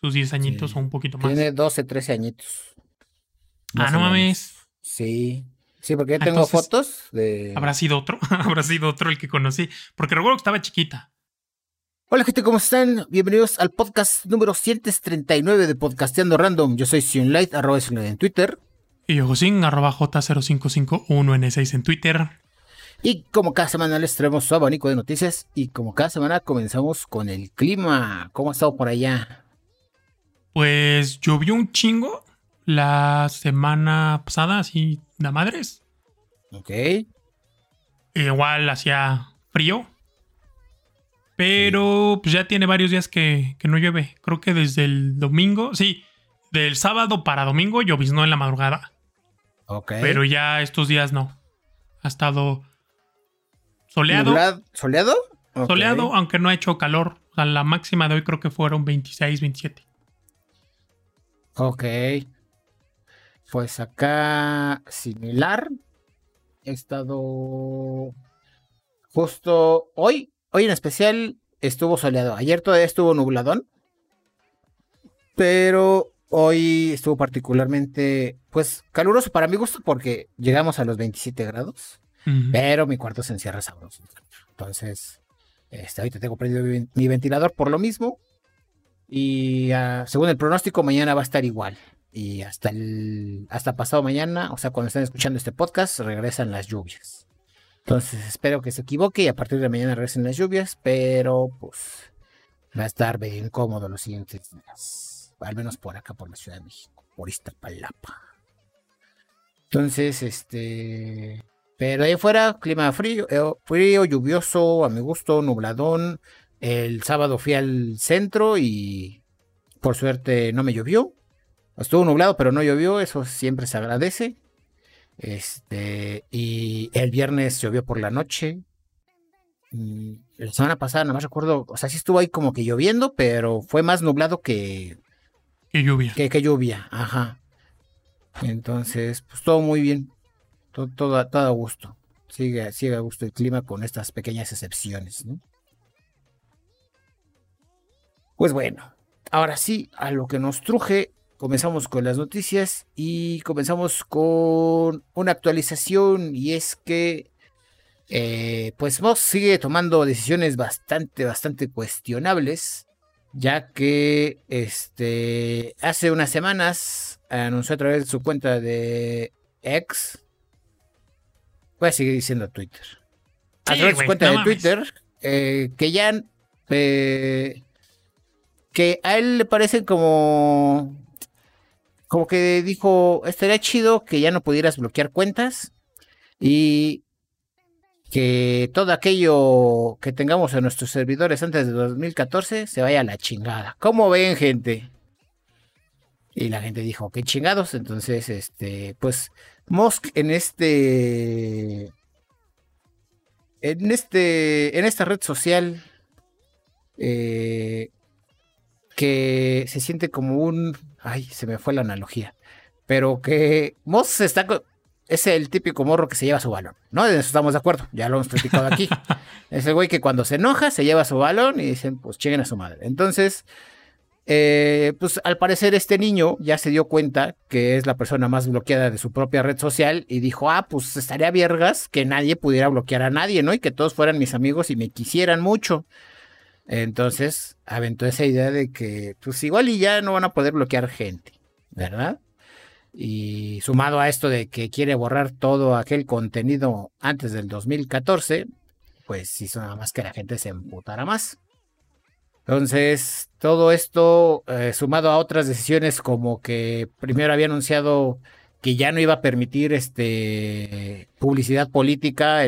sus 10 añitos o Sí. un poquito más. Tiene 12, 13 añitos, Ah, más no o mames. menos. Sí. Sí, porque yo Ah, tengo entonces, fotos ¿habrá de... sido otro? ¿Habrá sido otro el que conocí? Porque recuerdo que estaba chiquita. Hola gente, ¿cómo están? Bienvenidos al podcast número 139 de Podcasteando Random. Yo soy Sionlight, @Sionlight en Twitter. Y yo, Josín, @J0551N6 en Twitter. Y como cada semana les traemos su abanico de noticias. Y como cada semana comenzamos con el clima. ¿Cómo ha estado por allá? Pues llovió un chingo la semana pasada, así de madres. Ok. Igual hacía frío. Sí. Pero pues ya tiene varios días que no llueve. Creo que desde el domingo, sí, del sábado para domingo lloviznó en la madrugada. Ok. Pero ya estos días no. Ha estado soleado, ¿Nublado? ¿Soleado? Ok. soleado, aunque no ha hecho calor. O sea, la máxima de hoy creo que fueron 26, 27. Ok. Pues acá similar. He estado justo hoy. Hoy en especial estuvo soleado. Ayer todavía estuvo nubladón. Pero hoy estuvo particularmente, pues, caluroso para mi gusto porque llegamos a los 27 grados. Ujú. Pero mi cuarto se encierra sabroso. Entonces, ahorita tengo prendido mi ventilador por lo mismo. Y según el pronóstico, mañana va a estar igual. Y hasta pasado mañana, o sea, cuando estén escuchando este podcast, regresan las lluvias. Entonces, espero que se equivoque y a partir de mañana regresen las lluvias. Pero, pues, va a estar bien cómodo los siguientes días. Al menos por acá, por la Ciudad de México. Por Iztapalapa. Entonces, pero ahí afuera, clima frío, frío, lluvioso, a mi gusto, nubladón. El sábado fui al centro y por suerte no me llovió. Estuvo nublado, pero no llovió, eso siempre se agradece. Y el viernes llovió por la noche. Y la semana pasada, no más recuerdo, o sea, sí estuvo ahí como que lloviendo, pero fue más nublado Qué lluvia. que lluvia. Ajá. Entonces, pues todo muy bien. Todo a gusto. Sigue a gusto el clima con estas pequeñas excepciones, ¿no? Pues bueno, ahora sí, a lo que nos truje, comenzamos con las noticias y comenzamos con una actualización y es que, pues Musk sigue tomando decisiones bastante cuestionables, ya que, hace unas semanas anunció a través de su cuenta de X, voy a seguir diciendo Twitter, a Sí, través de su güey, cuenta no de mames. Twitter, que ya, eh, que a él le parecen como que dijo, estaría chido que ya no pudieras bloquear cuentas y que todo aquello que tengamos en nuestros servidores antes de 2014 se vaya a la chingada. ¿Cómo ven, gente? Y la gente dijo, qué chingados. Entonces, pues Musk en esta red social, eh, que se siente como ay, se me fue la analogía, pero que es el típico morro que se lleva su balón, ¿no? De eso estamos de acuerdo, ya lo hemos platicado aquí. Es el güey que cuando se enoja se lleva su balón y dicen, pues chinguen a su madre. Entonces, pues al parecer este niño ya se dio cuenta que es la persona más bloqueada de su propia red social y dijo, pues estaría viergas que nadie pudiera bloquear a nadie, ¿no? Y que todos fueran mis amigos y me quisieran mucho. Entonces aventó esa idea de que pues igual y ya no van a poder bloquear gente, ¿verdad? Y sumado a esto de que quiere borrar todo aquel contenido antes del 2014, pues hizo nada más que la gente se emputara más. Entonces, todo esto, sumado a otras decisiones como que primero había anunciado que ya no iba a permitir publicidad política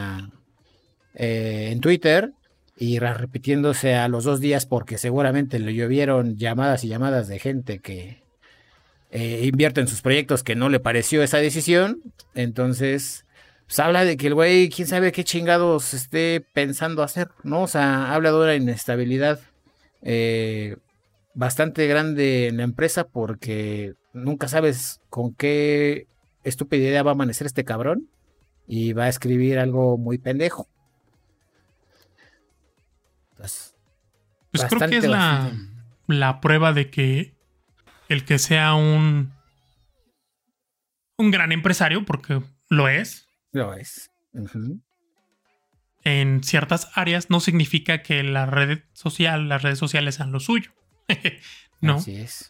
en Twitter y repitiéndose a los 2 días porque seguramente le llovieron llamadas y llamadas de gente que invierte en sus proyectos que no le pareció esa decisión. Entonces, pues habla de que el güey, quién sabe qué chingados esté pensando hacer, ¿no? O sea, habla de una inestabilidad eh, bastante grande en la empresa porque nunca sabes con qué estúpida idea va a amanecer este cabrón y va a escribir algo muy pendejo. Entonces, Pues creo que es bastante. la prueba de que el que sea un gran empresario, porque lo es. Lo es. Uh-huh. En ciertas áreas no significa que las redes sociales sean lo suyo. No. Así es.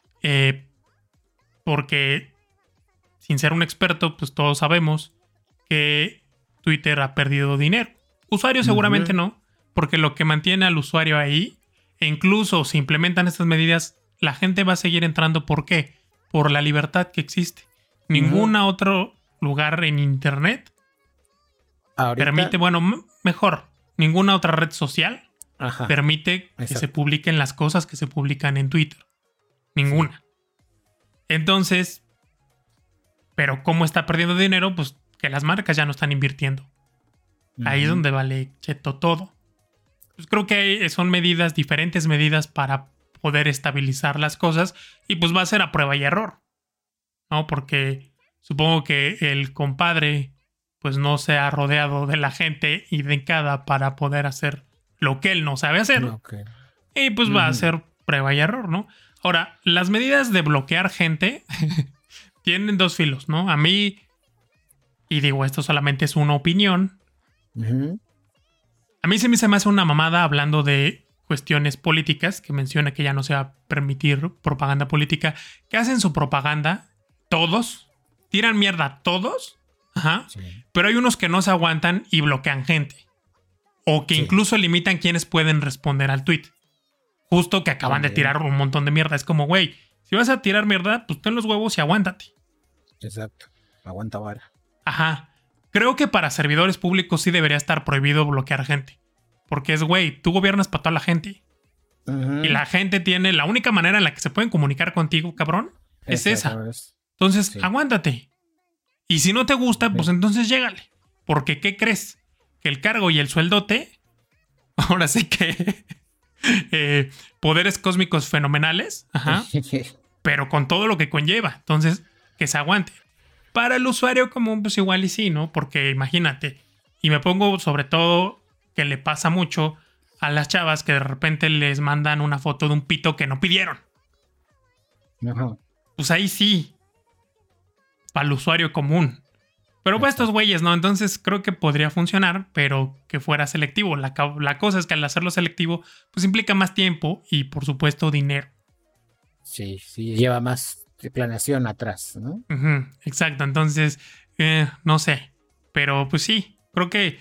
Porque sin ser un experto, pues todos sabemos que Twitter ha perdido dinero. Usuarios seguramente no, porque lo que mantiene al usuario ahí, e incluso si implementan estas medidas, la gente va a seguir entrando. ¿Por qué? Por la libertad que existe. Ningún otro lugar en internet ahorita permite, bueno, mejor, ninguna otra red social permite que se publiquen las cosas que se publican en Twitter. Ninguna. Entonces, pero ¿cómo está perdiendo dinero? Pues que las marcas ya no están invirtiendo. Ahí es donde vale cheto todo. Pues creo que son medidas, diferentes medidas para poder estabilizar las cosas, y pues va a ser a prueba y error, ¿no? Porque supongo que el compadre pues no se ha rodeado de la gente indicada para poder hacer lo que él no sabe hacer. Okay. Y pues va a ser prueba y error, ¿no? Ahora, las medidas de bloquear gente tienen dos filos, ¿no? A mí, y digo, esto solamente es una opinión, a mí se me hace una mamada hablando de cuestiones políticas, que menciona que ya no se va a permitir propaganda política, que hacen su propaganda, todos, tiran mierda todos, pero hay unos que no se aguantan y bloquean gente. O que incluso limitan quiénes pueden responder al tweet. Justo que acaban de tirar un montón de mierda. Es como, güey, si vas a tirar mierda, pues ten los huevos y aguántate. Exacto. Aguanta vara. Ajá. Creo que para servidores públicos sí debería estar prohibido bloquear gente. Porque es, güey, tú gobiernas para toda la gente. Y la gente tiene... La única manera en la que se pueden comunicar contigo, cabrón, es esa. Entonces, aguántate. Y si no te gusta, pues entonces llégale. Porque, ¿qué crees? Que el cargo y el sueldote... Ahora sí que... poderes cósmicos fenomenales. Pero con todo lo que conlleva. Entonces, que se aguante. Para el usuario común, pues igual y sí, ¿no? Porque imagínate. Y me pongo sobre todo que le pasa mucho a las chavas que de repente les mandan una foto de un pito que no pidieron. Pues ahí sí. Para el usuario común. Pero para estos güeyes, ¿no? Entonces creo que podría funcionar, pero que fuera selectivo. La cosa es que al hacerlo selectivo, pues implica más tiempo y, por supuesto, dinero. Sí, lleva más planeación atrás, ¿no? Exacto, entonces, no sé. Pero pues sí, creo que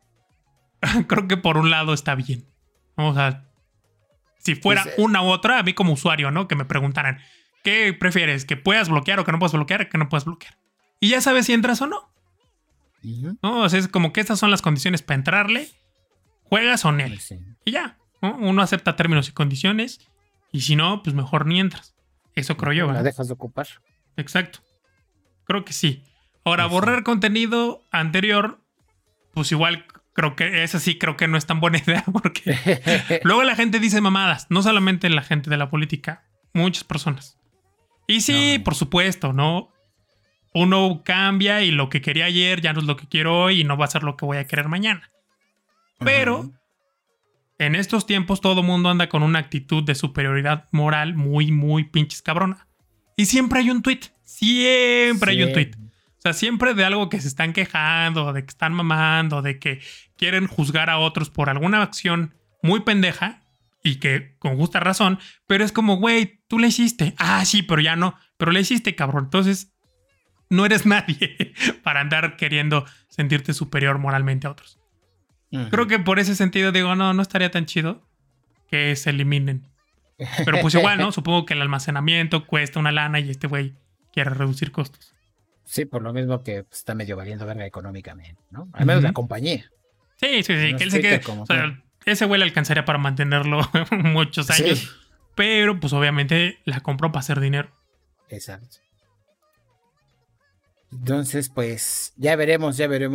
por un lado está bien. O sea, si fuera una u otra, a mí como usuario, ¿no? Que me preguntaran, ¿qué prefieres? ¿Que puedas bloquear o que no puedas bloquear? Que no puedas bloquear. Y ya sabes si entras o no. ¿No? O sea, es como que estas son las condiciones para entrarle. Juegas o no. Y ya, ¿no? Uno acepta términos y condiciones. Y si no, pues mejor ni entras. Eso creo yo. La dejas de ocupar. Exacto. Creo que sí. Ahora, borrar contenido anterior, pues igual creo que esa sí creo que no es tan buena idea, porque luego la gente dice mamadas. No solamente la gente de la política, muchas personas. Y sí, por supuesto, ¿no? Uno cambia y lo que quería ayer ya no es lo que quiero hoy y no va a ser lo que voy a querer mañana. Pero en estos tiempos todo mundo anda con una actitud de superioridad moral muy, muy pinches cabrona. Y siempre hay un tweet. Siempre hay un tweet. O sea, siempre de algo que se están quejando, de que están mamando, de que quieren juzgar a otros por alguna acción muy pendeja y que con justa razón, pero es como, güey, tú le hiciste. Ah, sí, pero ya no. Pero le hiciste, cabrón. Entonces, no eres nadie para andar queriendo sentirte superior moralmente a otros. Creo que por ese sentido digo, no estaría tan chido que se eliminen. Pero pues igual, ¿no? Supongo que el almacenamiento cuesta una lana y este güey quiere reducir costos. Sí, por lo mismo que pues, está medio valiendo verga económicamente, ¿no? Al menos la compañía. Sí, no que él se quede. O sea, ese güey le alcanzaría para mantenerlo muchos años. Pero pues obviamente la compró para hacer dinero. Exacto. Entonces, pues, ya veremos,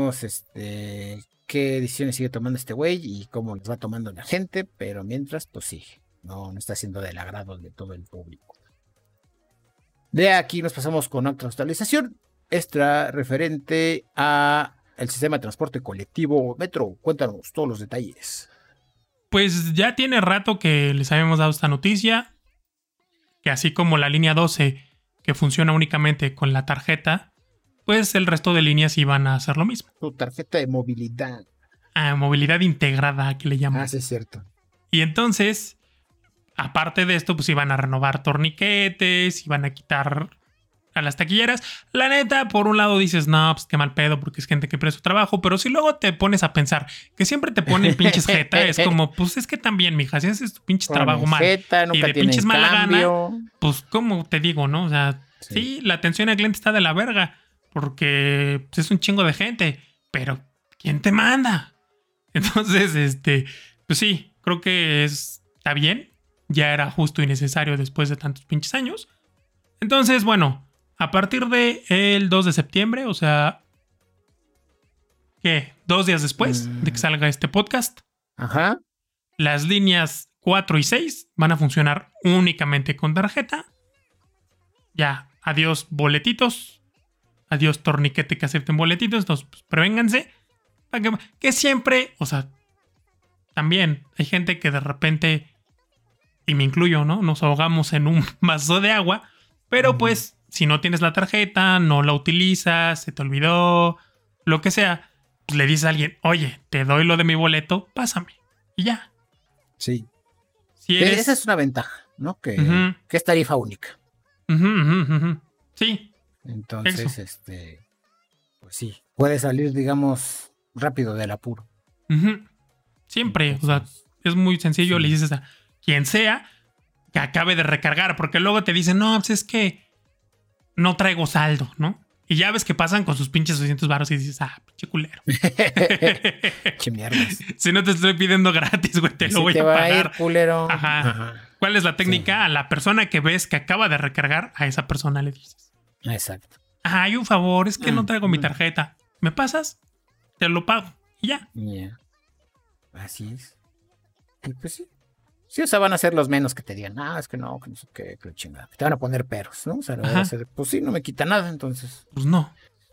qué decisiones sigue tomando este güey y cómo las va tomando la gente, pero mientras, pues sí, no está siendo del agrado de todo el público. De aquí nos pasamos con otra actualización, esta referente a el sistema de transporte colectivo Metro. Cuéntanos todos los detalles. Pues ya tiene rato que les habíamos dado esta noticia. que así como la línea 12, que funciona únicamente con la tarjeta, pues el resto de líneas iban a hacer lo mismo. Tu tarjeta de movilidad. Movilidad integrada, que le llaman. Sí, es cierto. Y entonces, aparte de esto, pues iban a renovar torniquetes, iban a quitar a las taquilleras. La neta, por un lado dices, no, pues qué mal pedo, porque es gente que pierde su trabajo. Pero si luego te pones a pensar que siempre te ponen pinches jeta, es como, pues es que también, mija, si haces tu pinche trabajo mal y de pinches mala gana, pues como te digo, ¿no? O sea, sí, la atención al cliente está de la verga, porque pues, es un chingo de gente, pero ¿quién te manda? Entonces, pues sí, creo que está bien. Ya era justo y necesario después de tantos pinches años. Entonces, bueno, a partir del 2 de septiembre, o sea, ¿qué? 2 días después de que salga este podcast, Ajá. Las líneas 4 y 6 van a funcionar únicamente con tarjeta. Ya, adiós boletitos. Adiós torniquete que acepten boletitos. Entonces, pues, prevénganse. Que siempre, o sea, también hay gente que de repente, y me incluyo, ¿no? Nos ahogamos en un vaso de agua, pero pues si no tienes la tarjeta, no la utilizas, se te olvidó, lo que sea, pues le dices a alguien, oye, te doy lo de mi boleto, pásame. Y ya. Sí. Si eres... Esa es una ventaja, ¿no? Que es tarifa única. Sí. Entonces, eso. Pues sí, puede salir, digamos, rápido del apuro. Siempre, entonces, o sea, es muy sencillo, le dices a quien sea que acabe de recargar, porque luego te dicen, no, pues es que no traigo saldo, ¿no? Y ya ves que pasan con sus pinches 200 varos y dices, pinche culero. Che mierdas. Si no te estoy pidiendo gratis, güey, te lo voy a pagar. A ir, culero. Ajá. ¿Cuál es la técnica? A la persona que ves que acaba de recargar, a esa persona le dices. Exacto. Hay un favor, es que no traigo mi tarjeta. ¿Me pasas? Te lo pago. Y ya. Así es. Y pues sí. Sí, o sea, van a ser los menos que te digan, es que no sé qué, que chingada. Te van a poner peros, ¿no? O sea, van a hacer, pues sí, no me quita nada, entonces. Pues no.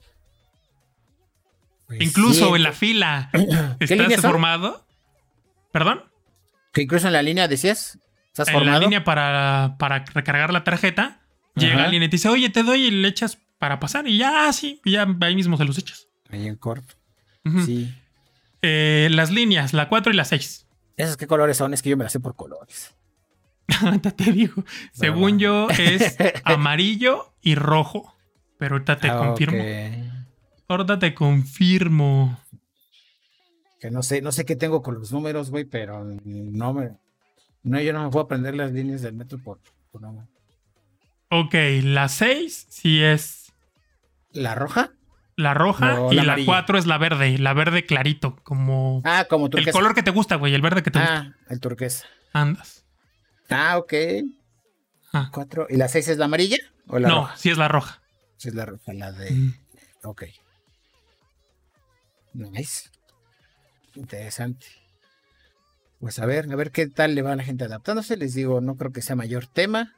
Pues incluso sí, en la fila estás formado. ¿Perdón? Que incluso en la línea decías, ¿estás en formado? En la línea para recargar la tarjeta, llega alguien y te dice, oye, te doy y le echas para pasar. Y ya, sí, y ya ahí mismo se los echas. Ahí en corto. Sí. Las líneas, la 4 y la 6. ¿Esas qué colores son? Es que yo me las sé por colores. Te digo. Según yo, es amarillo y rojo. Pero ahorita te confirmo. Ahorita te confirmo. Que no sé qué tengo con los números, güey, pero yo no me puedo aprender las líneas del metro por nombre. Ok, la 6 sí es. ¿La roja? La roja y la 4 es la verde clarito, como... como turquesa. El color que te gusta, güey, el verde que te gusta. El turquesa. Andas. Ok. 4. ¿Y la 6 es la amarilla o la roja? No, sí es la roja. Sí es la roja, la de... Ok. Nice. Interesante. Pues a ver qué tal le va a la gente adaptándose. Les digo, no creo que sea mayor tema.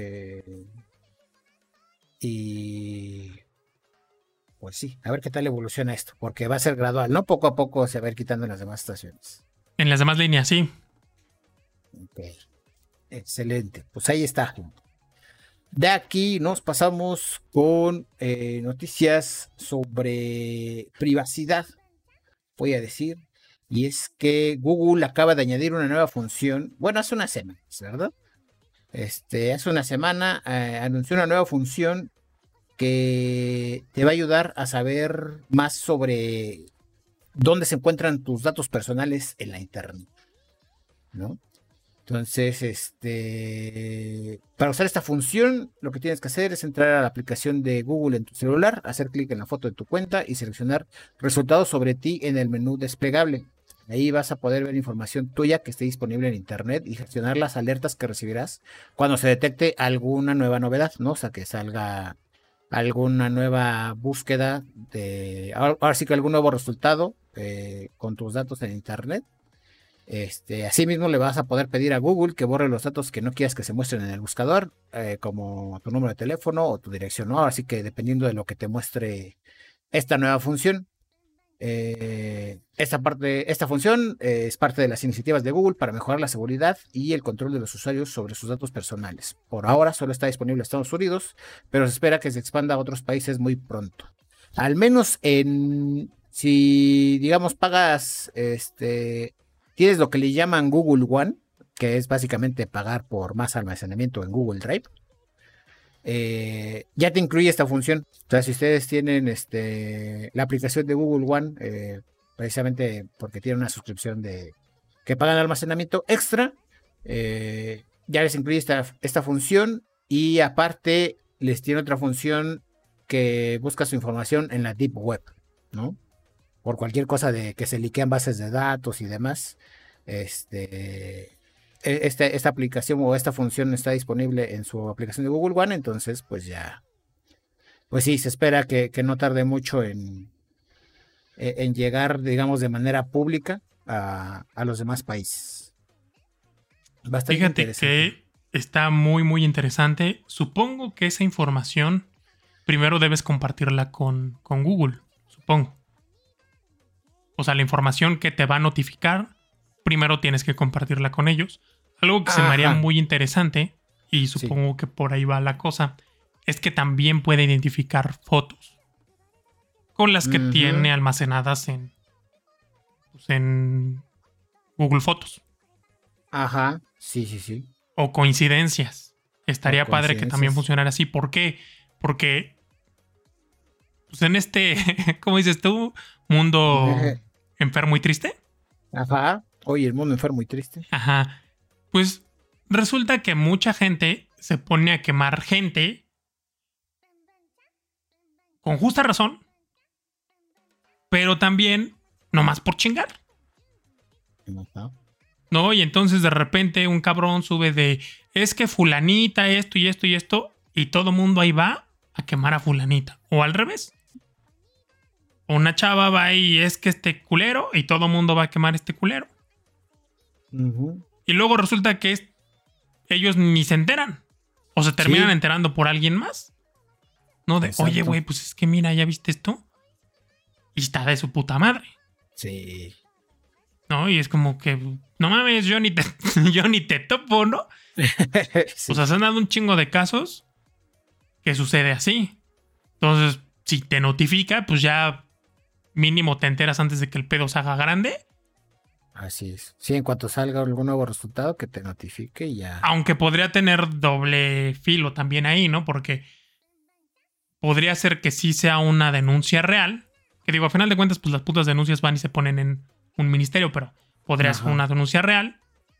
Y... pues sí, a ver qué tal evoluciona esto, porque va a ser gradual, ¿no? Poco a poco se va a ir quitando en las demás estaciones. En las demás líneas, sí. Ok, excelente, pues ahí está. De aquí nos pasamos con noticias sobre privacidad, voy a decir, y es que Google acaba de añadir una nueva función, bueno, hace unas semanas, ¿verdad? Hace una semana anunció una nueva función que te va a ayudar a saber más sobre dónde se encuentran tus datos personales en la internet, ¿no? Entonces, para usar esta función, lo que tienes que hacer es entrar a la aplicación de Google en tu celular, hacer clic en la foto de tu cuenta y seleccionar resultados sobre ti en el menú desplegable. Ahí vas a poder ver información tuya que esté disponible en internet y gestionar las alertas que recibirás cuando se detecte alguna nueva novedad, ¿no? O sea, que salga alguna nueva búsqueda ahora sí que algún nuevo resultado con tus datos en internet. Asimismo le vas a poder pedir a Google que borre los datos que no quieras que se muestren en el buscador, como tu número de teléfono o tu dirección, ¿no? Así que dependiendo de lo que te muestre esta nueva función. Esta función es parte de las iniciativas de Google para mejorar la seguridad y el control de los usuarios sobre sus datos personales. Por ahora solo está disponible en Estados Unidos, pero se espera que se expanda a otros países muy pronto. Al menos si digamos pagas, tienes lo que le llaman Google One, que es básicamente pagar por más almacenamiento en Google Drive. Ya te incluye esta función. O sea, si ustedes tienen la aplicación de Google One, precisamente porque tienen una suscripción que pagan almacenamiento extra, ya les incluye esta función y aparte les tiene otra función que busca su información en la Deep Web, ¿no? Por cualquier cosa de que se liquean bases de datos y demás. Esta aplicación o esta función está disponible en su aplicación de Google One, entonces pues ya, pues sí, se espera que no tarde mucho en llegar, digamos, de manera pública a los demás países. Bastante Fíjate interesante. que está muy, muy interesante. Supongo que esa información primero debes compartirla con Google, supongo. O sea, la información que te va a notificar, primero tienes que compartirla con ellos. Algo que se me haría Ajá, muy interesante, y sí. supongo que por ahí va la cosa, es que también puede identificar fotos con las que Ujú. tiene almacenadas en Google Fotos. Ajá, sí, sí, sí. O coincidencias. O Estaría padre que también coincidencias. funcionara así. ¿Por qué? Porque pues en este, ¿cómo dices tú? Mundo enfermo y triste. Ajá. Oye, el mundo enfermo y triste. Ajá. Pues resulta que mucha gente se pone a quemar gente con justa razón, pero también nomás por chingar. Ajá. ¿No? Y entonces de repente un cabrón sube de, es que fulanita, esto y esto y esto, y todo mundo ahí va a quemar a fulanita. O al revés. O una chava va y es que este culero, y todo mundo va a quemar este culero. Ujú. Y luego resulta que ellos ni se enteran. O se terminan Sí, enterando por alguien más. No de, oye, exacto. güey, pues es que mira, ¿ya viste esto? Y está de su puta madre. Sí. ¿No? Y es como que, no mames, yo ni te, yo ni te topo, ¿no? O Sí, sea, se han dado un chingo de casos que sucede así. Entonces, si te notifica, pues ya mínimo te enteras antes de que el pedo se haga grande. así es. Sí, en cuanto salga algún nuevo resultado, que te notifique y ya. Aunque podría tener doble filo también ahí, ¿no? Porque podría ser que sí sea una denuncia real. Que digo, a final de cuentas, pues las putas denuncias van y se ponen en un ministerio, pero podría ser Ajá. una denuncia real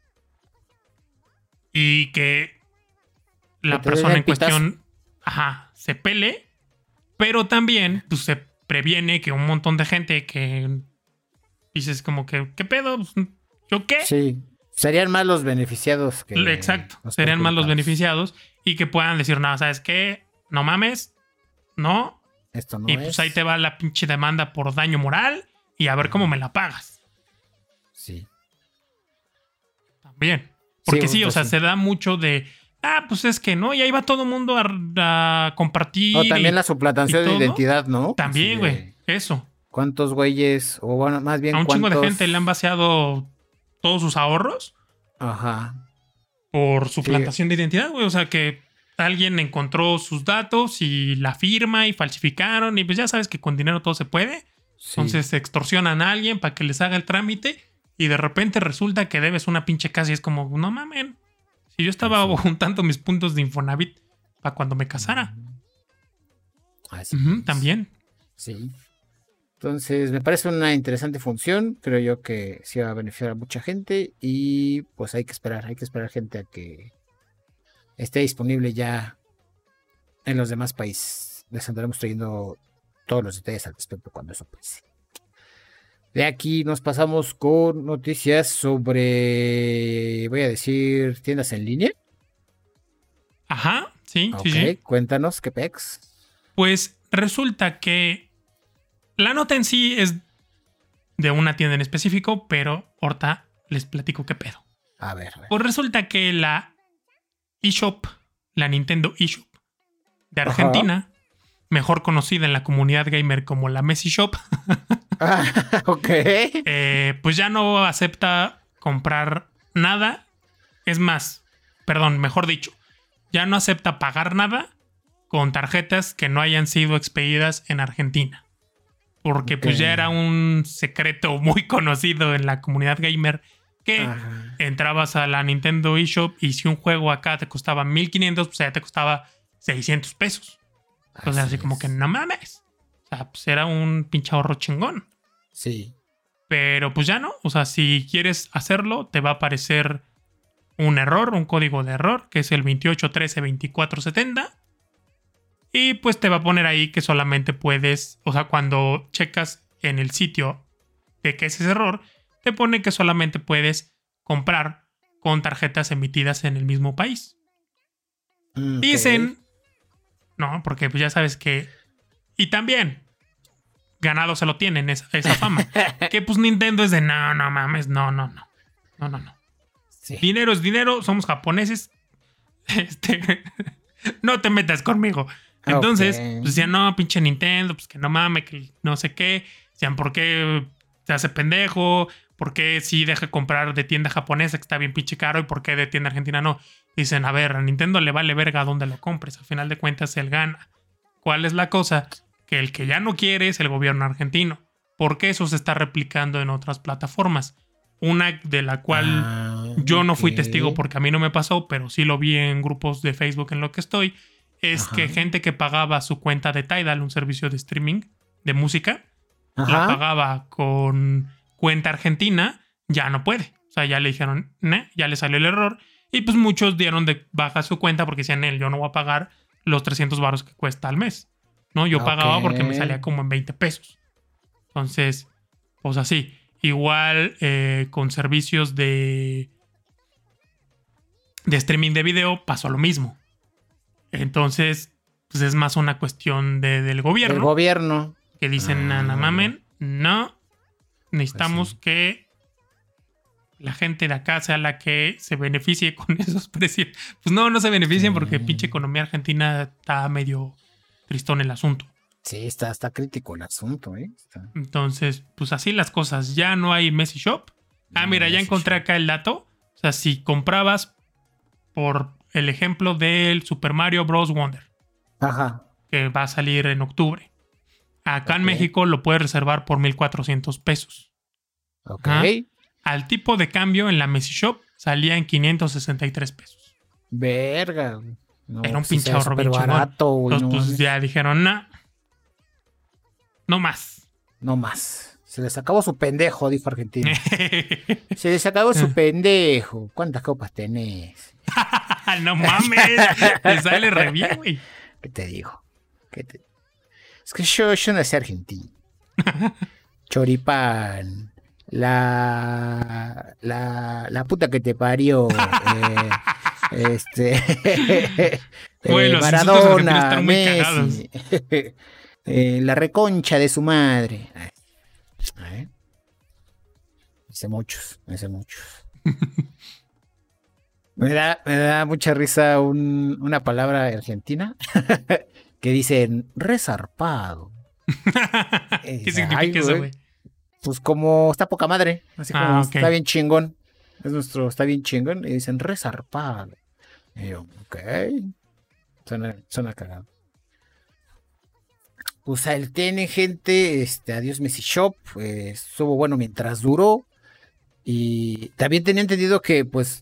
y que Que la te den persona el en pitazo. cuestión, ajá, se pele, pero también pues, se previene que un montón de gente que dices como que, ¿qué pedo? Pues, ¿yo qué? Sí. Serían más los beneficiados que Exacto, los serían más los perjudicados. beneficiados y que puedan decir, no, ¿sabes qué? No mames, no. Esto Y no pues ahí te es. va la pinche demanda por daño moral y a ver cómo Ujú. me la pagas. Sí. También. Sí, Porque sí, o justo sea, sí. se da mucho de, pues es que no, y ahí va todo el mundo a O compartir también la y suplantación de todo. identidad, ¿no? Así También, güey, de eso. cuántos güeyes, o bueno, más A bien un chingo de gente le han cuántos. vaciado todos sus ahorros Ajá. por Sí, suplantación de identidad, güey. O sea, que alguien encontró sus datos y la firma y falsificaron. Y pues ya sabes que con dinero todo se puede. sí. Entonces se extorsionan a alguien para que les haga el trámite. Y de repente resulta que debes una pinche casa y es como, no mamen. Si yo estaba Así es. juntando mis puntos de Infonavit para cuando me casara. Ujú. Así Ujú, es. también. Sí. Entonces, me parece una interesante función. Creo yo que sí va a beneficiar a mucha gente. Y pues hay que esperar gente a que esté disponible ya en los demás países. Les andaremos trayendo todos los detalles al respecto cuando eso pase. De aquí nos pasamos con noticias sobre, voy a decir, tiendas en línea. Ajá, sí, sí, Ok, sí. cuéntanos qué pex. Pues resulta que la nota en sí es de una tienda en específico, pero ahorita les platico qué pedo. A ver, a ver. Pues resulta que la eShop, la Nintendo eShop de Ajá. Argentina, mejor conocida en la comunidad gamer como la Messi Shop, Ok. Pues ya no acepta comprar nada. Es más, perdón, mejor dicho, ya no acepta pagar nada con tarjetas que no hayan sido expedidas en Argentina. Porque pues ya era un secreto muy conocido en la comunidad gamer que entrabas a la Nintendo eShop y si un juego acá te costaba 1,500, pues allá te costaba 600 pesos. Entonces así como que no mames. O sea, pues era un pinche ahorro chingón. Sí. Pero pues ya no. O sea, si quieres hacerlo, te va a aparecer un error, un código de error, que es el 28132470. Y pues te va a poner ahí que solamente puedes, o sea, cuando checas en el sitio de que es ese error, te pone que solamente puedes comprar con tarjetas emitidas en el mismo país. Okay. Dicen, no, porque pues ya sabes que... Y también, ganado se lo tienen esa fama. Que pues Nintendo es de, no mames, no. Sí. Dinero es dinero, somos japoneses. No te metas conmigo. Entonces, pues decían, no, pinche Nintendo, pues que no mames, que no sé qué. Decían, ¿por qué se hace pendejo? ¿Por qué sí deja comprar de tienda japonesa que está bien pinche caro? ¿Y por qué de tienda argentina no? Dicen, a ver, a Nintendo le vale verga dónde lo compres. Al final de cuentas, él gana. ¿Cuál es la cosa? Que el que ya no quiere es el gobierno argentino. Porque eso se está replicando en otras plataformas. Una de la cual yo no fui testigo porque a mí no me pasó, pero sí lo vi en grupos de Facebook en lo que estoy. Es que gente que pagaba su cuenta de Tidal, un servicio de streaming de música, la pagaba con cuenta argentina, ya no puede. O sea, ya le dijeron, ya le salió el error. Y pues muchos dieron de baja su cuenta porque decían, yo no voy a pagar los 300 varos que cuesta al mes. ¿No? Yo pagaba porque me salía como en 20 pesos. Entonces, pues así. Igual con servicios de streaming de video pasó lo mismo. Entonces, pues es más una cuestión del gobierno. Del gobierno. Que dicen, mamen, no. Necesitamos que la gente de acá sea la que se beneficie con esos precios. Pues no se beneficien porque pinche economía argentina está medio tristón el asunto. Sí, está crítico el asunto, Entonces, pues así las cosas. Ya no hay Messi Shop. Mira, ya encontré acá el dato. O sea, si comprabas por el ejemplo del Super Mario Bros. Wonder. Que va a salir en octubre. Acá en México lo puedes reservar por 1,400 pesos. Ok. Al tipo de cambio en la Messi Shop salía en 563 pesos. Verga. No, era un pinche ahorro bien barato. Entonces, pues ya dijeron, no más. No más. Se les acabó su pendejo, dijo Argentina. Se les acabó su pendejo. ¿Cuántas copas tenés? No mames. Te sale re bien, güey. ¿Qué te digo? Es que yo no sé argentino. Choripán. La puta que te parió. Bueno, Maradona, están muy Messi. La reconcha de su madre. Hice muchos. Me da mucha risa una palabra argentina que dicen resarpado. ¿Qué significa eso, güey? Pues como está poca madre, así como está bien chingón. Es nuestro, está bien chingón. Y dicen resarpado. Y yo, ok. Suena cagado. Pues el tiene gente, adiós Messi Shop, estuvo bueno mientras duró. Y también tenía entendido que, pues,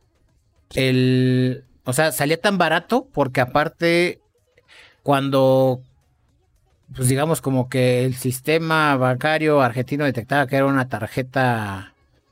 o sea, salía tan barato porque aparte, cuando, pues digamos como que el sistema bancario argentino detectaba que era una tarjeta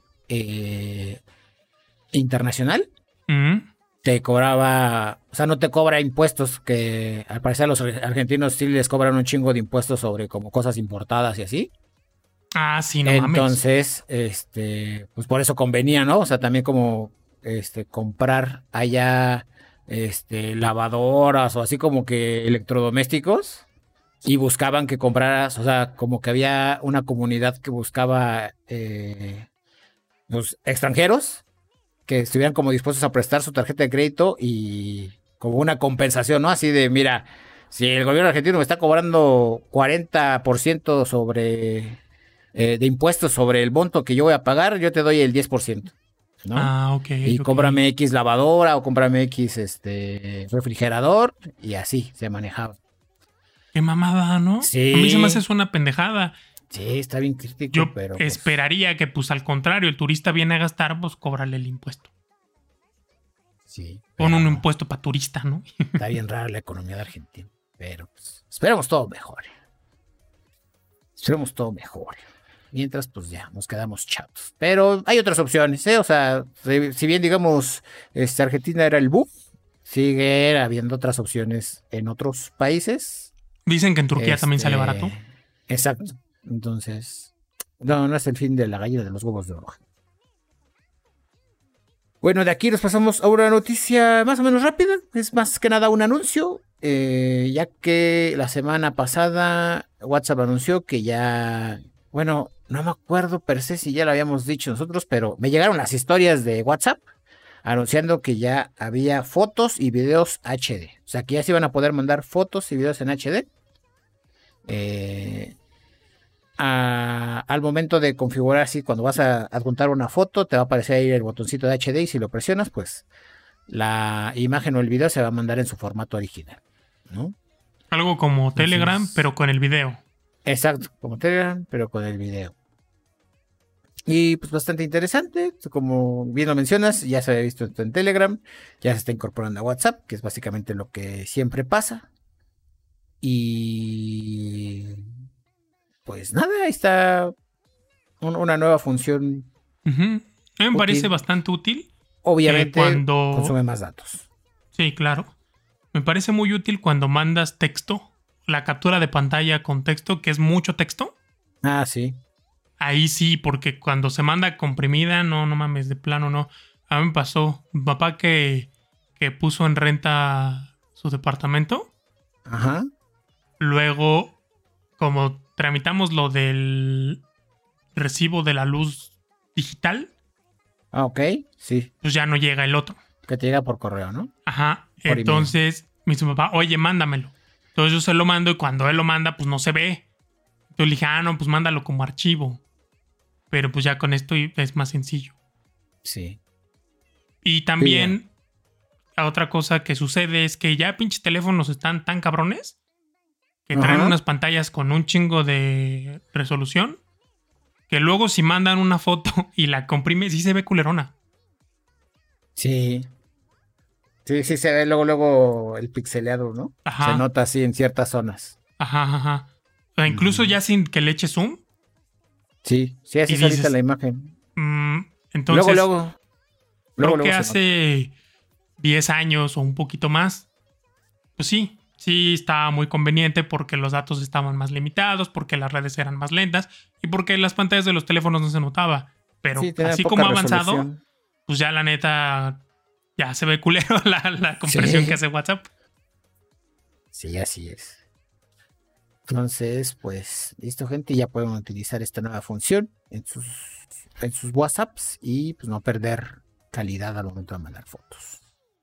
internacional, te cobraba, o sea, no te cobra impuestos, que al parecer a los argentinos sí les cobran un chingo de impuestos sobre como cosas importadas y así. Sí, no Entonces, mames. Pues por eso convenía, ¿no? O sea, también como comprar allá lavadoras o así como que electrodomésticos, y buscaban que compraras, o sea, como que había una comunidad que buscaba pues extranjeros que estuvieran como dispuestos a prestar su tarjeta de crédito y como una compensación, ¿no? Así de, mira, si el gobierno argentino me está cobrando 40% sobre de impuestos sobre el monto que yo voy a pagar, yo te doy el 10%, ¿no? Ah, ok. Y ok. cómprame X lavadora o cómprame X refrigerador y así se manejaba. Qué mamada, ¿no? A mí se me hace Sí, eso una pendejada. sí, está bien crítico, Yo pero pues esperaría que, pues al contrario, el turista viene a gastar, pues cóbrale el impuesto. sí, Pon pero un no. impuesto para turista, ¿no? Está bien rara la economía de Argentina, pero pues, esperemos todo mejor. Esperemos todo mejor. Mientras, pues ya, nos quedamos chatos. Pero hay otras opciones, ¿eh? O sea, si bien, digamos, Argentina era el boom, sigue habiendo otras opciones en otros países. Dicen que en Turquía también sale Este, barato. exacto. Entonces, no, no es el fin de la gallina de los huevos de oro. Bueno, de aquí nos pasamos a una noticia más o menos rápida. Es más que nada un anuncio, ya que la semana pasada WhatsApp anunció que ya, bueno, no me acuerdo per se si ya lo habíamos dicho nosotros, pero me llegaron las historias de WhatsApp anunciando que ya había fotos y videos HD. O sea, que ya se iban a poder mandar fotos y videos en HD. Eh, al momento de configurar, así cuando vas a adjuntar una foto, te va a aparecer ahí el botoncito de HD y si lo presionas, pues la imagen o el video se va a mandar en su formato original, ¿no? Algo como Telegram, Entonces, pero con el video. exacto, como Telegram, pero con el video. Y pues bastante interesante, como bien lo mencionas, ya se había visto esto en Telegram, ya se está incorporando a WhatsApp, que es básicamente lo que siempre pasa. Y pues nada, ahí está una nueva función Ujú. A mí me parece útil. bastante útil Obviamente cuando... consume más datos. Sí, claro. Me parece muy útil cuando mandas texto, la captura de pantalla con texto, que es mucho texto. Ah, sí. Ahí sí, porque cuando se manda comprimida, no, no mames, de plano no. A mí me pasó, mi papá que puso en renta su departamento, Ajá. luego, como tramitamos lo del recibo de la luz digital, Ah, ok. Sí. pues ya no llega el otro. Que te llega por correo, ¿no? Ajá. Por email. Entonces me dice mi papá, oye, mándamelo. Entonces yo se lo mando y cuando él lo manda, pues no se ve. Entonces le dije, ah, no, pues mándalo como archivo. Pero pues ya con esto es más sencillo. Sí. Y Sí, ya. también otra cosa que sucede es que ya pinches teléfonos están tan cabrones que traen Ajá. unas pantallas con un chingo de resolución que luego si mandan una foto y la comprime, sí se ve culerona. Sí. Sí, sí se ve luego el pixeleado, ¿no? Se Ajá, nota así en ciertas zonas. ajá, ajá. O incluso Ujú. ya sin que le eche zoom Sí, sí, así y es ahorita la dices, imagen. Luego, entonces luego, luego, creo que luego se nota. hace 10 años o un poquito más, pues sí, sí estaba muy conveniente porque los datos estaban más limitados, porque las redes eran más lentas y porque las pantallas de los teléfonos no se notaba. Sí, Pero tiene así poca como ha avanzado, resolución. pues ya la neta, ya se ve culero la compresión que Sí. hace WhatsApp. Sí, así es. Entonces, pues, listo, gente, ya pueden utilizar esta nueva función en sus WhatsApps y pues no perder calidad al momento de mandar fotos.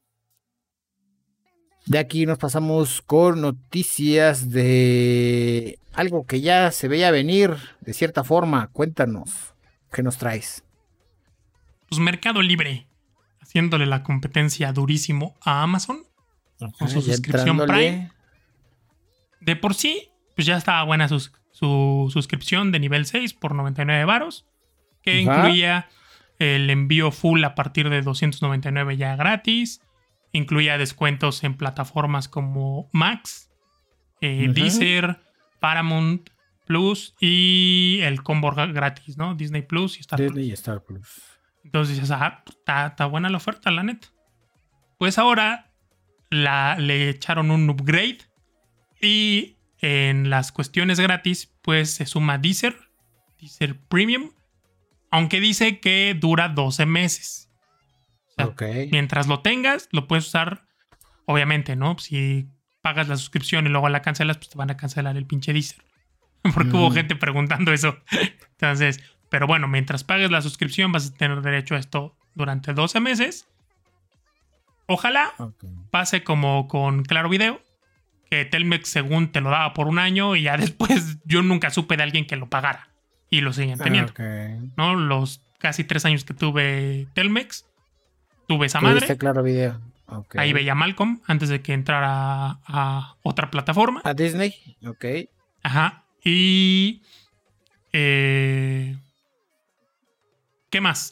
De aquí nos pasamos con noticias de algo que ya se veía venir de cierta forma. Cuéntanos, ¿qué nos traes? Pues Mercado Libre, haciéndole la competencia durísimo a Amazon con su Ya suscripción Prime. entrándole. De por sí, pues ya estaba buena su suscripción de nivel 6 por 99 varos, que Ajá. incluía el envío full a partir de 299 ya gratis, incluía descuentos en plataformas como Max, Ujú. Deezer, Paramount Plus y el combo gratis, ¿no? Disney Plus y Star Disney y Plus. Star Plus. Entonces dices, está buena la oferta, la neta. Pues ahora le echaron un upgrade y en las cuestiones gratis, pues se suma Deezer Premium, aunque dice que dura 12 meses. O sea, Ok. mientras lo tengas, lo puedes usar, obviamente, ¿no? Si pagas la suscripción y luego la cancelas, pues te van a cancelar el pinche Deezer. Porque hubo Ujú. gente preguntando eso. Entonces, pero bueno, mientras pagues la suscripción vas a tener derecho a esto durante 12 meses. Ojalá Ok. pase como con Claro Video, que Telmex según te lo daba por un año y ya después yo nunca supe de alguien que lo pagara. y lo siguen teniendo. Ok. ¿No? Los casi 3 años que tuve Telmex, tuve esa ¿Tuviste madre. Claro Video? Ok. Ahí veía Malcolm antes de que entrara a otra plataforma. ¿A Disney? Ok. Ajá. Y... ¿qué más?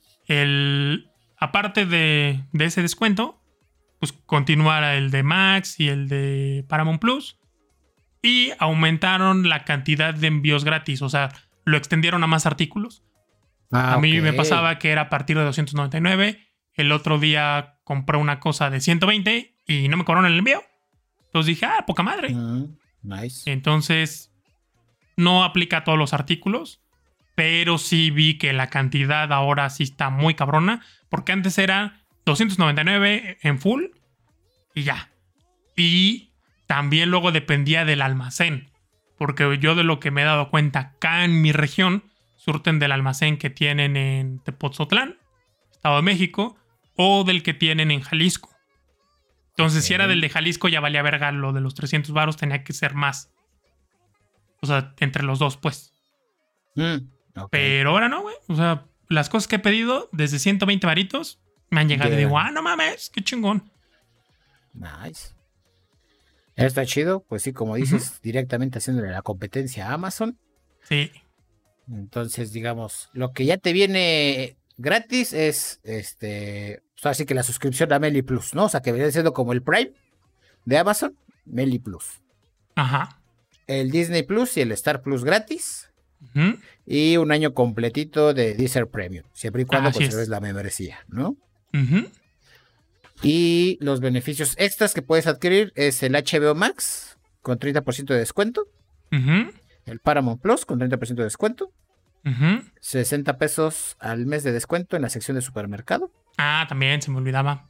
Aparte de ese descuento, pues continuara el de Max y el de Paramount Plus. Y aumentaron la cantidad de envíos gratis. O sea, lo extendieron a más artículos. A mí me pasaba que era a partir de 299. El otro día compré una cosa de 120 y no me cobraron el envío. Entonces dije, poca madre. Nice. Entonces, no aplica a todos los artículos. Pero sí vi que la cantidad ahora sí está muy cabrona. Porque antes era 299 en full y ya. Y también luego dependía del almacén. Porque yo de lo que me he dado cuenta acá en mi región, surten del almacén que tienen en Tepoztlán, Estado de México, o del que tienen en Jalisco. Entonces, si era del de Jalisco, ya valía verga lo de los 300 varos, tenía que ser más. O sea, entre los dos, pues. Okay. Pero ahora no, güey. O sea, las cosas que he pedido, desde 120 varitos, me han llegado y digo, no mames, qué chingón. Nice. Está chido, pues sí, como dices, directamente haciéndole la competencia a Amazon. Sí. Entonces, digamos, lo que ya te viene gratis es o sea, así que la suscripción a Meli Plus, ¿no? O sea, que viene siendo como el Prime de Amazon, Meli Plus. Ajá. El Disney Plus y el Star Plus gratis. Uh-huh. Y un año completito de Deezer Premium, siempre y cuando pues es la membresía, ¿no? Uh-huh. Y los beneficios extras que puedes adquirir es el HBO Max con 30% de descuento. Uh-huh. El Paramount Plus con 30% de descuento. Uh-huh. 60 pesos al mes de descuento en la sección de supermercado. También se me olvidaba.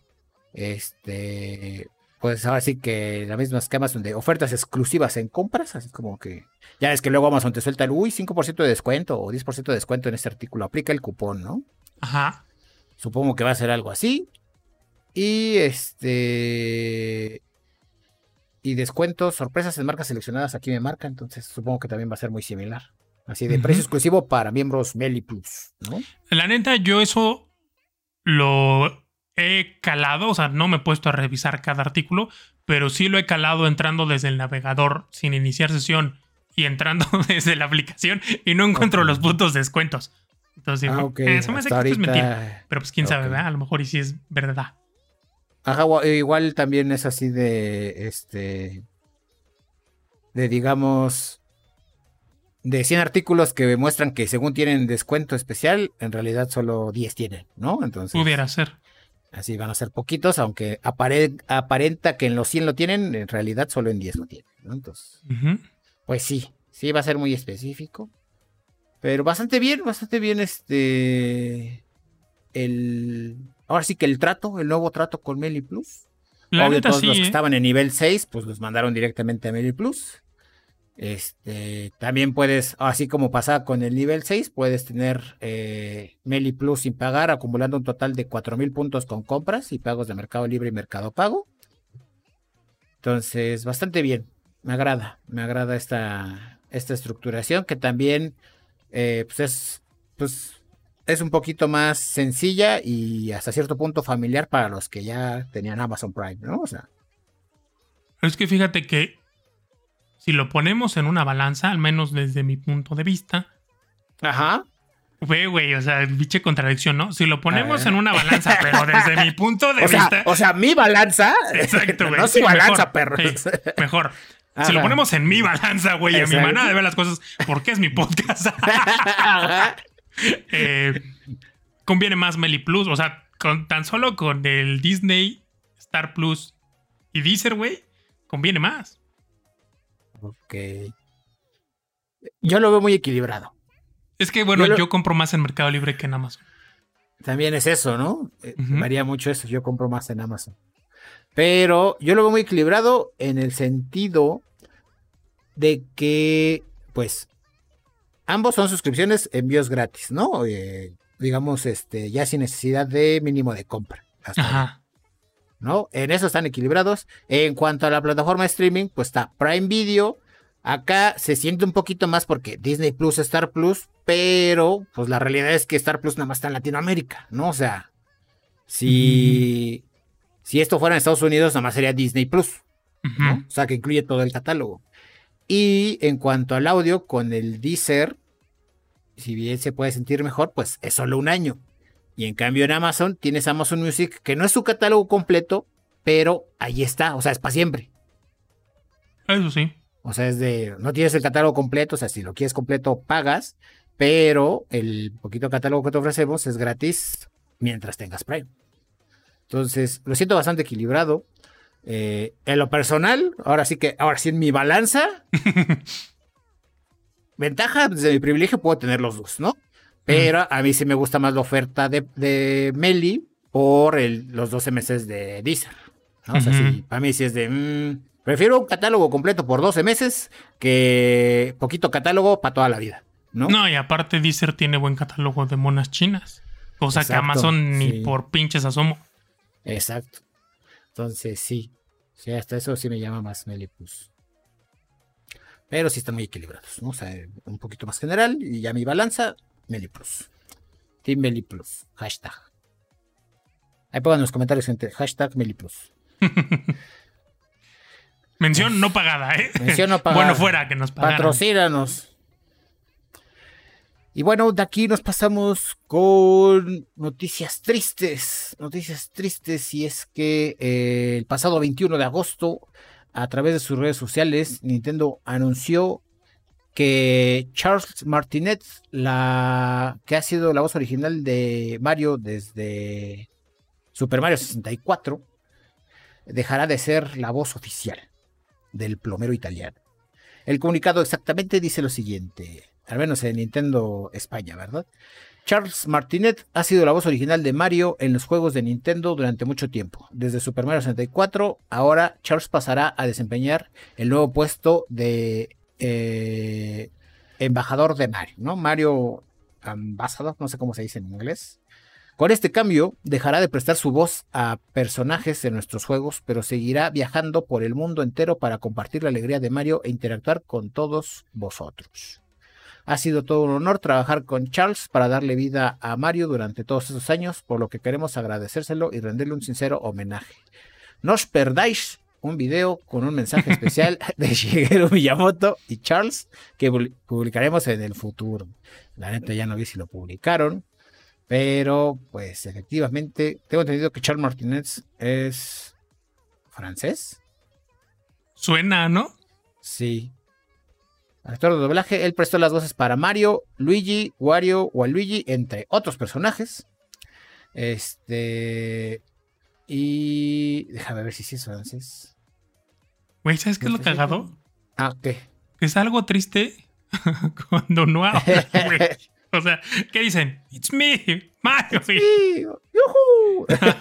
Pues ahora sí que la misma esquema son de ofertas exclusivas en compras, así como que ya es que luego Amazon te suelta el 5% de descuento o 10% de descuento en este artículo, aplica el cupón, ¿no? Ajá. Supongo que va a ser algo así. Y y descuentos, sorpresas en marcas seleccionadas aquí me marca, entonces supongo que también va a ser muy similar. Así de precio exclusivo para miembros Meli Plus, ¿no? La neta, yo eso lo he calado, o sea, no me he puesto a revisar cada artículo, pero sí lo he calado entrando desde el navegador sin iniciar sesión y entrando desde la aplicación y no encuentro los putos descuentos. Entonces digo, eso me hace que esto es mentira. Pero pues quién sabe, ¿verdad? A lo mejor y sí es verdad. Ajá, igual también es así de digamos, de 100 artículos que muestran que según tienen descuento especial, en realidad solo 10 tienen, ¿no? Entonces pudiera ser. Así van a ser poquitos, aunque aparenta que en los 100 lo tienen, en realidad solo en 10 lo tienen, ¿no? Entonces, pues sí va a ser muy específico. Pero bastante bien ahora sí que el nuevo trato con Meli Plus. Obvio, todos los que estaban en nivel 6, pues los mandaron directamente a Meli Plus. También puedes, así como pasaba con el nivel 6, puedes tener Meli Plus sin pagar, acumulando un total de 4,000 puntos con compras y pagos de Mercado Libre y Mercado Pago. Entonces, bastante bien. Me agrada esta estructuración que también es un poquito más sencilla y hasta cierto punto familiar para los que ya tenían Amazon Prime, ¿no? O sea, es que fíjate que si lo ponemos en una balanza, al menos desde mi punto de vista. Ajá. Güey, o sea, biche contradicción, ¿no? Si lo ponemos en una balanza, pero desde mi punto de vista. O sea, mi balanza. Exacto, güey. No su balanza, perro. Sí, mejor. Si lo ponemos en mi balanza, güey, en mi manera de ver las cosas, porque es mi podcast. Conviene más Meli Plus. O sea, tan solo con el Disney, Star Plus y Deezer, güey, conviene más. Ok. Yo lo veo muy equilibrado. Es que, bueno, yo compro más en Mercado Libre que en Amazon. También es eso, ¿no? Varía mucho eso. Yo compro más en Amazon. Pero yo lo veo muy equilibrado en el sentido de que, pues, ambos son suscripciones, envíos gratis, ¿no? Digamos, ya sin necesidad de mínimo de compra. Ajá. ¿No? En eso están equilibrados. En cuanto a la plataforma de streaming, pues está Prime Video, Acá se siente un poquito más porque Disney Plus, Star Plus, pero pues la realidad es que Star Plus nada más está en Latinoamérica, ¿no? O sea, si esto fuera en Estados Unidos, nada más sería Disney Plus, ¿no? O sea, que incluye todo el catálogo. Y en cuanto al audio, con el Deezer, si bien se puede sentir mejor, pues es solo un año. Y en cambio en Amazon tienes Amazon Music, que no es su catálogo completo, pero ahí está, o sea, es para siempre. Eso sí. O sea, no tienes el catálogo completo, o sea, si lo quieres completo pagas, pero el poquito catálogo que te ofrecemos es gratis mientras tengas Prime. Entonces, lo siento bastante equilibrado. En lo personal, ahora sí en mi balanza, ventaja desde mi privilegio puedo tener los dos, ¿no? Pero a mí sí me gusta más la oferta de Meli por los 12 meses de Deezer, ¿no? O sea, sí, para mí sí es prefiero un catálogo completo por 12 meses que poquito catálogo para toda la vida, ¿no? No, y aparte Deezer tiene buen catálogo de monas chinas. Cosa que Amazon ni por pinches asomo. Exacto. Entonces sí, hasta eso sí me llama más Meli Plus. Pero sí están muy equilibrados, ¿no? O sea, un poquito más general y ya mi balanza, Meli Plus. Team Meli Plus. Hashtag. Ahí pongan en los comentarios, gente. Hashtag Meli Plus. Mención no pagada, ¿eh? Mención no pagada. Bueno, fuera que nos pagaran. Patrocínanos. Y bueno, de aquí nos pasamos con noticias tristes. Noticias tristes, y es que el pasado 21 de agosto, a través de sus redes sociales, Nintendo anunció que Charles Martinet, que ha sido la voz original de Mario desde Super Mario 64, dejará de ser la voz oficial del plomero italiano. El comunicado exactamente dice lo siguiente, al menos en Nintendo España, ¿verdad? Charles Martinet ha sido la voz original de Mario en los juegos de Nintendo durante mucho tiempo. Desde Super Mario 64, ahora Charles pasará a desempeñar el nuevo puesto de embajador de Mario, ¿no? Mario Ambassador, no sé cómo se dice en inglés. Con este cambio, dejará de prestar su voz a personajes en nuestros juegos, pero seguirá viajando por el mundo entero para compartir la alegría de Mario e interactuar con todos vosotros. Ha sido todo un honor trabajar con Charles para darle vida a Mario durante todos esos años, por lo que queremos agradecérselo y rendirle un sincero homenaje. No os perdáis un video con un mensaje especial de Shigeru Miyamoto y Charles que publicaremos en el futuro. La neta ya no vi si lo publicaron. Pero, pues, efectivamente, tengo entendido que Charles Martinet es francés. Suena, ¿no? Sí. Actor de doblaje, él prestó las voces para Mario, Luigi, Wario, Waluigi, entre otros personajes. Y déjame ver si es francés. Güey, ¿sabes qué es lo cagado? ¿Qué? Es algo triste cuando no habla, güey. O sea, ¿qué dicen? It's me, Mario. It's me. ¡Yuhu!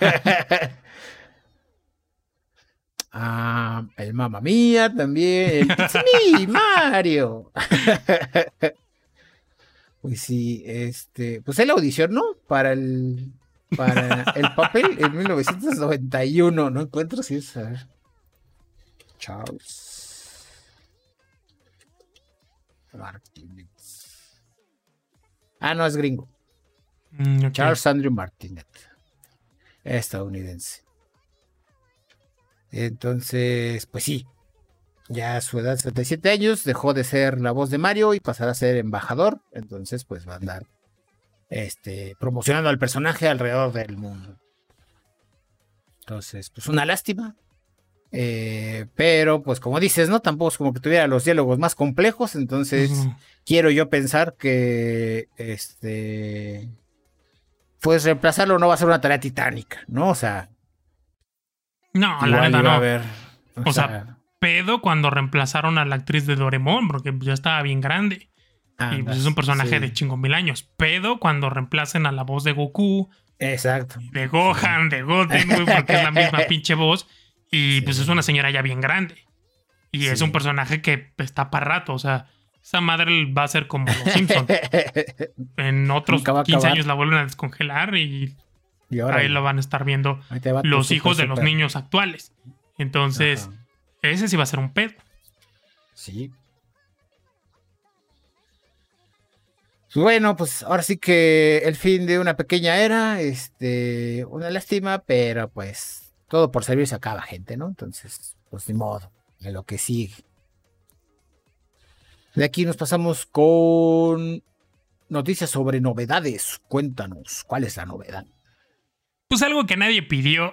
El Mamma Mía también. El It's me, Mario. Pues sí, pues él audicionó para el papel en 1991. No encuentro si es, a ver. Charles Martinet. No, es gringo. Okay. Charles Andrew Martinet. Estadounidense. Entonces, pues sí. Ya a su edad, 77 años, dejó de ser la voz de Mario y pasará a ser embajador. Entonces, pues va a andar promocionando al personaje alrededor del mundo. Entonces, pues una lástima. Pero, pues como dices, ¿no? Tampoco es como que tuviera los diálogos más complejos. Entonces, quiero yo pensar que pues reemplazarlo no va a ser una tarea titánica, ¿no? O sea, no, la neta no. A ver, o sea, pedo cuando reemplazaron a la actriz de Doraemon, porque ya estaba bien grande. Y pues es un personaje de chingo mil años. Pedo cuando reemplacen a la voz de Goku. Exacto. De Gohan, de Goten, güey, porque es la misma pinche voz. Y pues es una señora ya bien grande. Y es un personaje que está para rato. O sea, esa madre va a ser como los Simpsons. En otros 15 años la vuelven a descongelar y ahí lo van a estar viendo los hijos de los niños actuales. Entonces, ese sí va a ser un pedo. Sí. Bueno, pues ahora sí que el fin de una pequeña era, una lástima, pero pues todo por servir se acaba, gente, ¿no? Entonces, pues ni modo, en lo que sigue. De aquí nos pasamos con noticias sobre novedades. Cuéntanos, ¿cuál es la novedad? Pues algo que nadie pidió.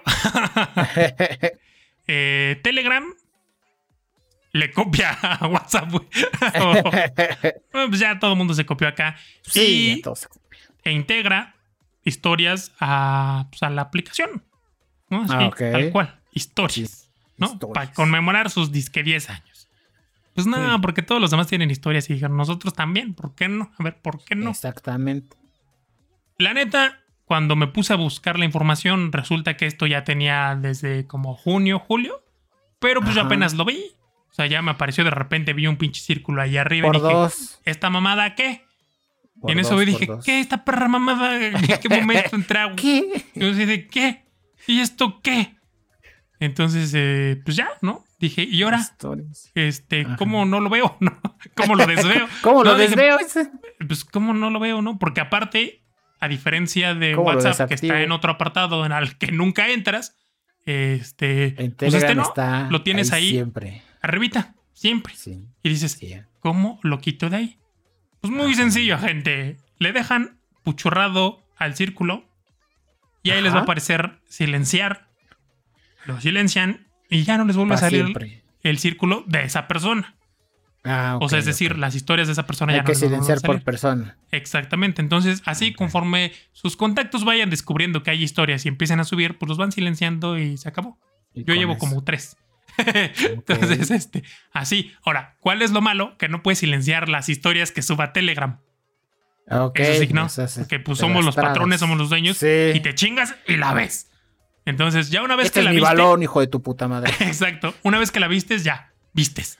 Telegram le copia a WhatsApp, güey. Bueno, pues ya todo el mundo se copió acá. Sí, Y ya todo se copia. e integra historias pues, a la aplicación, ¿no? Así, Ah, ok. tal cual. Historias, Sí, ¿no? historias. Para conmemorar sus disque 10 años. Pues nada, porque todos los demás tienen historias y dijeron, nosotros también, ¿por qué no? A ver, ¿por qué no? Exactamente. La neta, cuando me puse a buscar la información, resulta que esto ya tenía desde como junio, julio, pero pues yo Ajá. apenas lo vi. O sea, ya me apareció de repente, vi un pinche círculo ahí arriba Por y dije, dos. ¿esta mamada qué? Por Y en eso dos, vi y por dije, dos. ¿qué? ¿Esta perra mamada? ¿En qué momento entré? ¿Qué? Yo así de, ¿qué? ¿Y esto qué? Entonces, pues ya, ¿no? Dije, ¿y ahora? Historias. Ajá. ¿Cómo no lo veo? ¿No? ¿Cómo lo desveo? ¿Cómo No, lo dije, desveo? pues, ¿cómo no lo veo, no? Porque aparte, a diferencia de ¿Cómo lo WhatsApp, que está desactivo? en otro apartado en el que nunca entras, En pues Telegram no, está lo tienes ahí, siempre. arribita, siempre. Sí. Y dices, Sí. ¿cómo lo quito de ahí? Pues muy Ajá. sencillo, gente. Le dejan puchurrado al círculo y ahí les va a Ajá. aparecer silenciar. Lo silencian y ya no les vuelve a Pa' salir siempre. el círculo de esa persona. Ah, O sea, es ok, decir, ok. las historias de esa persona Hay ya no que les van a silenciar salir. por persona. Exactamente. Entonces, así Ok. conforme sus contactos vayan descubriendo que hay historias y empiecen a subir, pues los van silenciando y se acabó. Y Yo con llevo eso. como 3. Entonces, así. Ahora, ¿cuál es lo malo? Que no puedes silenciar las historias que suba Telegram. Ok. Eso sí, ¿no? esas, Porque pues te somos las los tragas. patrones, somos los dueños Sí. y te chingas y la ves. Entonces, ya una vez Este que es la mi viste. balón, hijo de tu puta madre. Exacto. Una vez que la vistes, ya. Vistes.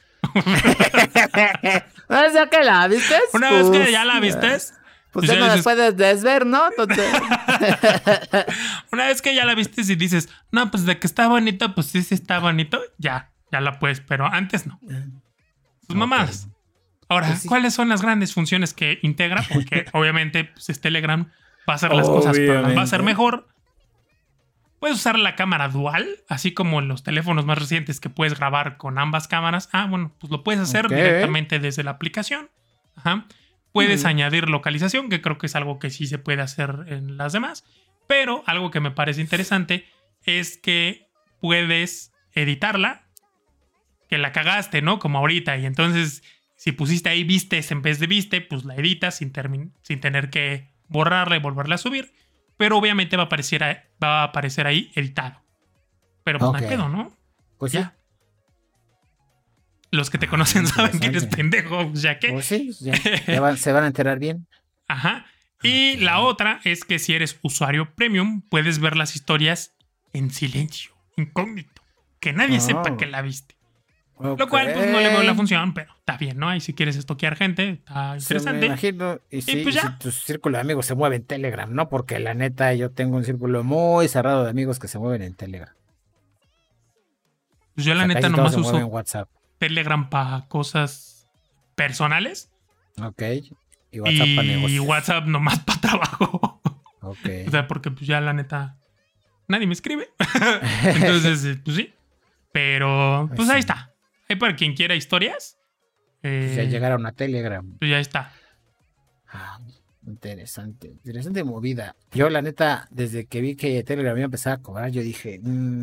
¿No es ya que la viste? Una vez que ya la vistes. Pues ya no las puedes desver, ¿no? Entonces... Una vez que ya la vistes y dices, no, pues de que está bonito, pues sí está bonito, ya la puedes, pero antes no. Pues mamadas. Ahora, Pues sí. ¿cuáles son las grandes funciones que integra? Porque obviamente pues, Telegram va a hacer las cosas, pero las va a hacer mejor. Puedes usar la cámara dual, así como en los teléfonos más recientes que puedes grabar con ambas cámaras. Ah, bueno, pues lo puedes hacer Ok. directamente desde la aplicación. Ajá. Puedes Mm. añadir localización, que creo que es algo que sí se puede hacer en las demás. Pero algo que me parece interesante es que puedes editarla, que la cagaste, ¿no? Como ahorita. Y entonces, si pusiste ahí vistes en vez de viste, pues la editas sin tener que borrarla y volverla a subir. Pero obviamente va a aparecer ahí editado. Pero pues no hay Ok. pedo, ¿no? Pues sí. Ya. Los que te conocen saben que eres interesante. pendejo, pues, ya que. Pues sí, se van a enterar bien. Ajá. Y Ok. la otra es que si eres usuario premium, puedes ver las historias en silencio, incógnito. Que nadie sepa que la viste. Lo cual, pues no le veo la función, pero está bien, ¿no? Ahí si quieres estoquear gente, está Se me interesante. imagino. Y sí, pues y ya. si tu círculo de amigos se mueve en Telegram, ¿no? Porque la neta, yo tengo un círculo muy cerrado de amigos que se mueven en Telegram. Pues yo O la sea, neta casi todos nomás se mueven en uso WhatsApp. Telegram para cosas personales. Ok. Y WhatsApp para Y negocios. WhatsApp nomás para trabajo. Ok. O sea, porque pues ya la neta nadie me escribe. Entonces, pues sí. Pero pues ahí sí. está. Ahí para quien quiera historias. Pues ya llegaron a Telegram. Pues ya está. Ah, interesante. Interesante movida. Yo, la neta, desde que vi que Telegram iba a empezar a cobrar, yo dije.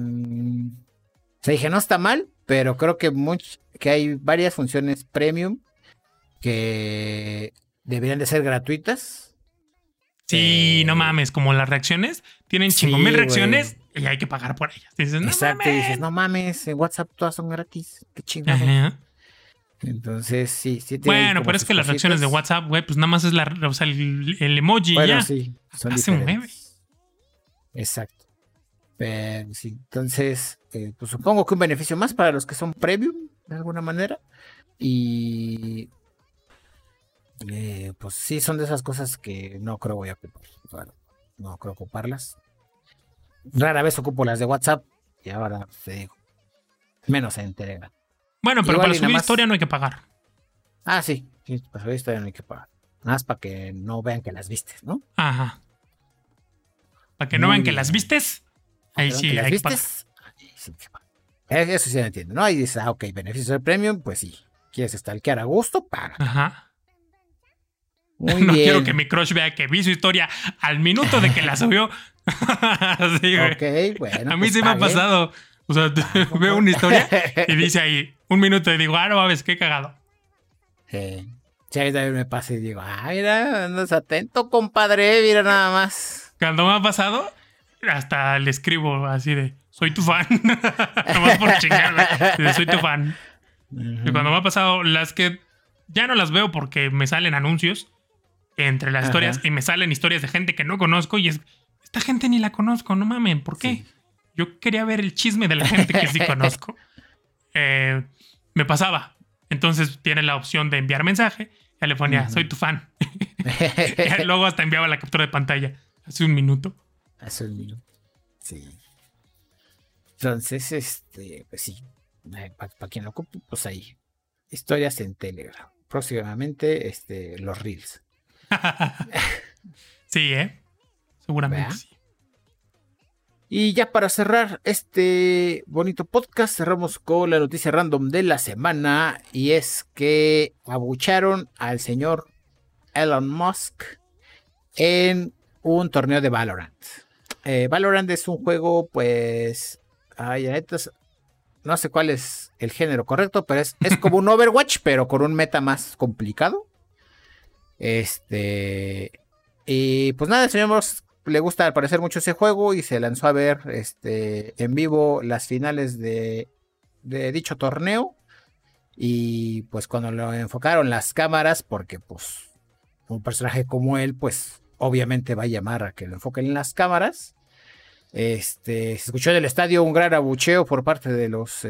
O sea, dije, no está mal, pero creo que hay varias funciones premium que deberían de ser gratuitas. Sí, no mames, como las reacciones tienen Sí, 5,000 güey. reacciones y hay que pagar por ellas. Dices, no Exacto, y mames. dices, no mames, en WhatsApp todas son gratis. Qué chingado. Ajá. Entonces, sí tiene ahí Bueno, como pero es sus que las reacciones de cositas. WhatsApp, güey, pues nada más es o sea, el emoji y Bueno, ya. sí, son Se mueve. diferentes. Exacto. Pero sí, entonces, pues supongo que un beneficio más para los que son premium, de alguna manera. Y pues sí, son de esas cosas que no creo voy a ocupar. Bueno, no creo ocuparlas. Rara vez ocupo las de WhatsApp y ahora te digo, menos en Telegram. Bueno, pero Igual para y subir nada más- historia no hay que pagar. Ah, sí, para subir historia no hay que pagar. Nada más para que no vean que las vistes, ¿no? Ajá. Para que no Muy vean que bien. las vistes. Para Ahí que vean sí que las hay que pagar. vistes. Ahí sí que pagar. Eso sí lo entiendo, ¿no? Ahí dices, ok, beneficios del premium, pues sí. ¿Quieres stalkear a gusto? Paga. Ajá. Muy No quiero que bien. mi crush vea que vi su historia al minuto de que la subió. Sí, güey. Ok, bueno, A mí pues sí me ha pague. pasado. O sea, veo una historia y dice ahí un minuto y digo, no mames, qué cagado. Sí, a mí también me pasa y digo, mira, andas atento, compadre, mira nada más. Cuando me ha pasado, hasta le escribo así de, soy tu fan. Nomás por chingarme. Soy tu fan. Y cuando me ha pasado, las que ya no las veo porque me salen anuncios entre las historias y me salen historias de gente que no conozco y es, esta gente ni la conozco, no mamen, ¿por qué? Sí. Yo quería ver el chisme de la gente que sí conozco. Me pasaba. Entonces tiene la opción de enviar mensaje. Ya le ponía, soy tu fan. Y luego hasta enviaba la captura de pantalla. Hace un minuto. Hace un minuto. Sí. Entonces, pues sí. Para quien lo ocupe, pues ahí. Historias en Telegram. Próximamente, los Reels. Sí, seguramente ¿Verdad? sí. Y ya para cerrar este bonito podcast, cerramos con la noticia random de la semana. Y es que abucharon al señor Elon Musk en un torneo de Valorant. Valorant es un juego, pues, no sé cuál es el género correcto, pero es como un Overwatch, pero con un meta más complicado. Y pues nada, el señor Musk le gusta al parecer mucho ese juego y se lanzó a ver en vivo las finales de dicho torneo. Y pues cuando lo enfocaron las cámaras, porque pues un personaje como él, pues obviamente va a llamar a que lo enfoquen en las cámaras. Se escuchó en el estadio un gran abucheo por parte de los,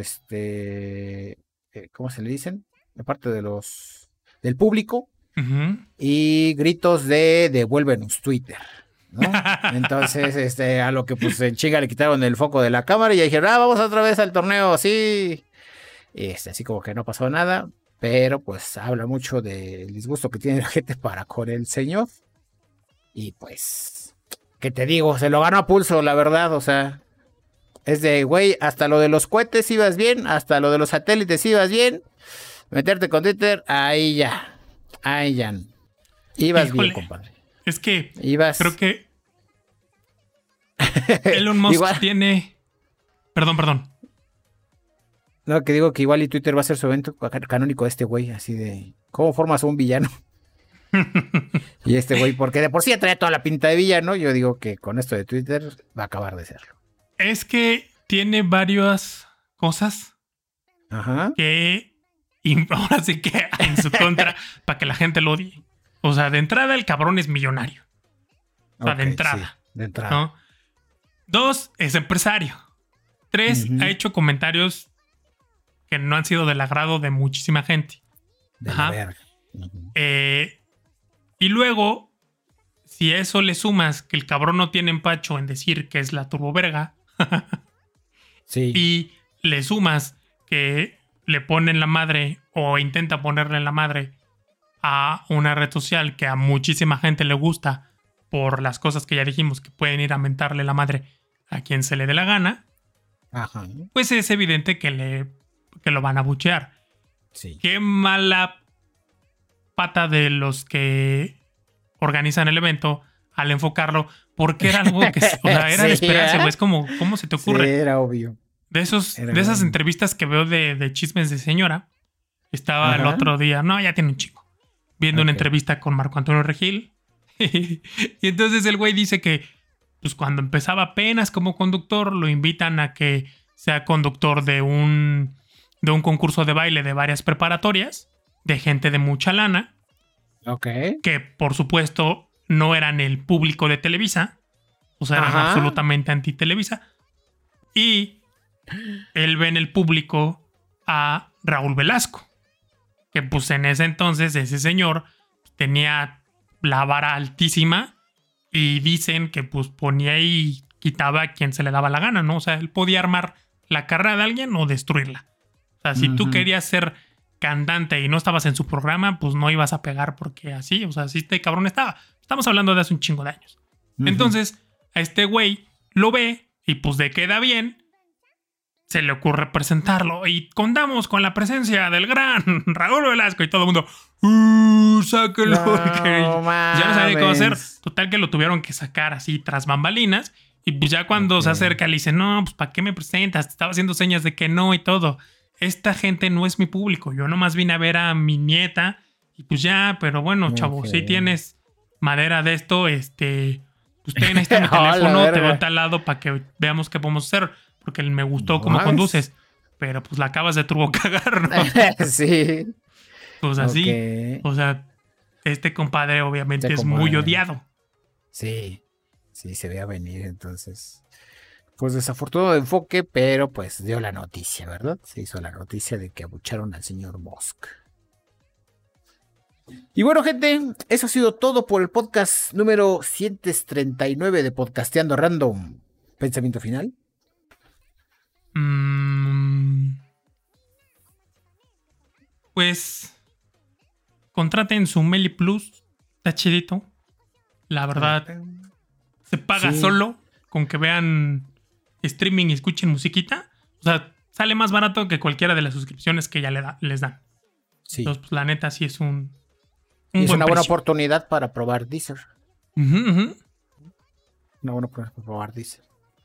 ¿cómo se le dicen? De parte de del público. Y gritos de devuélvenos Twitter, ¿no? Entonces, a lo que pues en chinga le quitaron el foco de la cámara y ya dijeron, vamos otra vez al torneo, sí. Así como que no pasó nada, pero pues habla mucho del disgusto que tiene la gente para con el señor. Y pues, ¿qué te digo? Se lo ganó a pulso, la verdad, o sea, es de, güey, hasta lo de los cohetes ibas bien, hasta lo de los satélites ibas bien, meterte con Twitter, ahí ya. Ibas Híjole, bien, compadre. es que Ibas. creo que Elon Musk igual, tiene... Perdón. no, que digo que igual y Twitter va a ser su evento canónico de este güey, así de, ¿cómo formas a un villano? Y este güey, porque de por sí trae toda la pinta de villano, yo digo que con esto de Twitter va a acabar de serlo. Es que tiene varias cosas Ajá. que ahora sí que en su contra para que la gente lo odie. O sea, de entrada el cabrón es millonario. O sea, Okay, de entrada. Sí, de entrada. ¿No? 2, es empresario. 3, ha hecho comentarios que no han sido del agrado de muchísima gente. De la verga. Y luego, si a eso le sumas que el cabrón no tiene empacho en decir que es la turboverga, Sí. y le sumas que le ponen la madre o intenta ponerle la madre a una red social que a muchísima gente le gusta por las cosas que ya dijimos que pueden ir a mentarle la madre a quien se le dé la gana, Ajá. pues es evidente que lo van a buchear. Sí. Qué mala pata de los que organizan el evento al enfocarlo, porque era algo que, o sea, era de esperarse, güey. Es como, ¿cómo se te ocurre? Sí, era obvio. De esas entrevistas que veo de chismes de señora, estaba el otro día, no, ya tiene un chico, viendo una entrevista con Marco Antonio Regil. Y entonces el güey dice que pues cuando empezaba apenas como conductor, lo invitan a que sea conductor de un concurso de baile de varias preparatorias, de gente de mucha lana. Ok. Que por supuesto no eran el público de Televisa. O sea, eran absolutamente anti-Televisa. Y él ve en el público a Raúl Velasco. Que pues en ese entonces ese señor tenía la vara altísima. Y dicen que pues ponía y quitaba a quien se le daba la gana, ¿no? O sea, él podía armar la carrera de alguien o destruirla. O sea, si tú querías ser cantante y no estabas en su programa, pues no ibas a pegar porque así, o sea, así este cabrón estaba. Estamos hablando de hace un chingo de años. Entonces, a este güey lo ve y pues de queda bien, se le ocurre presentarlo y contamos con la presencia del gran Raúl Velasco y todo el mundo, sáquenlo. Ya no sabía qué hacer. Total que lo tuvieron que sacar así tras bambalinas y pues ya cuando se acerca le dice, no, pues ¿para qué me presentas? Te estaba haciendo señas de que no y todo. Esta gente no es mi público. Yo nomás vine a ver a mi nieta y pues ya, pero bueno, chavo, si tienes madera de esto, pues ten, ahí está mi teléfono, te voy a tal lado para que veamos qué podemos hacer. Porque me gustó cómo conduces. Pero pues la acabas de turbo cagar, ¿no? Sí. Pues así. O sea, este compadre obviamente es muy odiado. Sí. Sí, se ve a venir. Entonces, pues desafortunado enfoque, pero pues dio la noticia, ¿verdad? Se hizo la noticia de que abucharon al señor Musk. Y bueno, gente, eso ha sido todo por el podcast número 139 de Podcasteando Random. ¿Pensamiento final? Pues contraten su Meli Plus, está chidito. La verdad, se paga solo con que vean streaming y escuchen musiquita. O sea, sale más barato que cualquiera de las suscripciones que ya les dan. Sí. Entonces, pues, la neta sí es un es una buena oportunidad para probar Deezer. Una buena oportunidad para probar Deezer.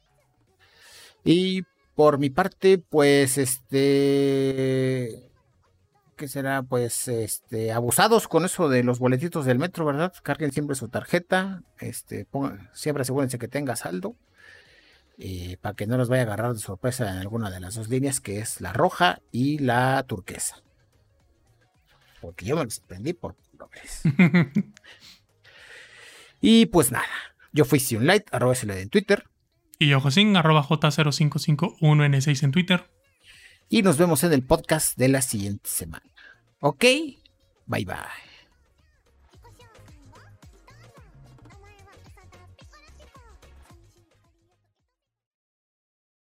Y por mi parte, pues, ¿qué será? Pues, abusados con eso de los boletitos del metro, ¿verdad? Carguen siempre su tarjeta, siempre asegúrense que tenga saldo, para que no los vaya a agarrar de sorpresa en alguna de las dos líneas, que es la roja y la turquesa. Porque yo me los sorprendí por pobres. Y pues nada, yo fui Sionlight, @SLD en Twitter. Y yo, Josín, @J0551N6 en Twitter. Y nos vemos en el podcast de la siguiente semana. ¿Ok? Bye bye.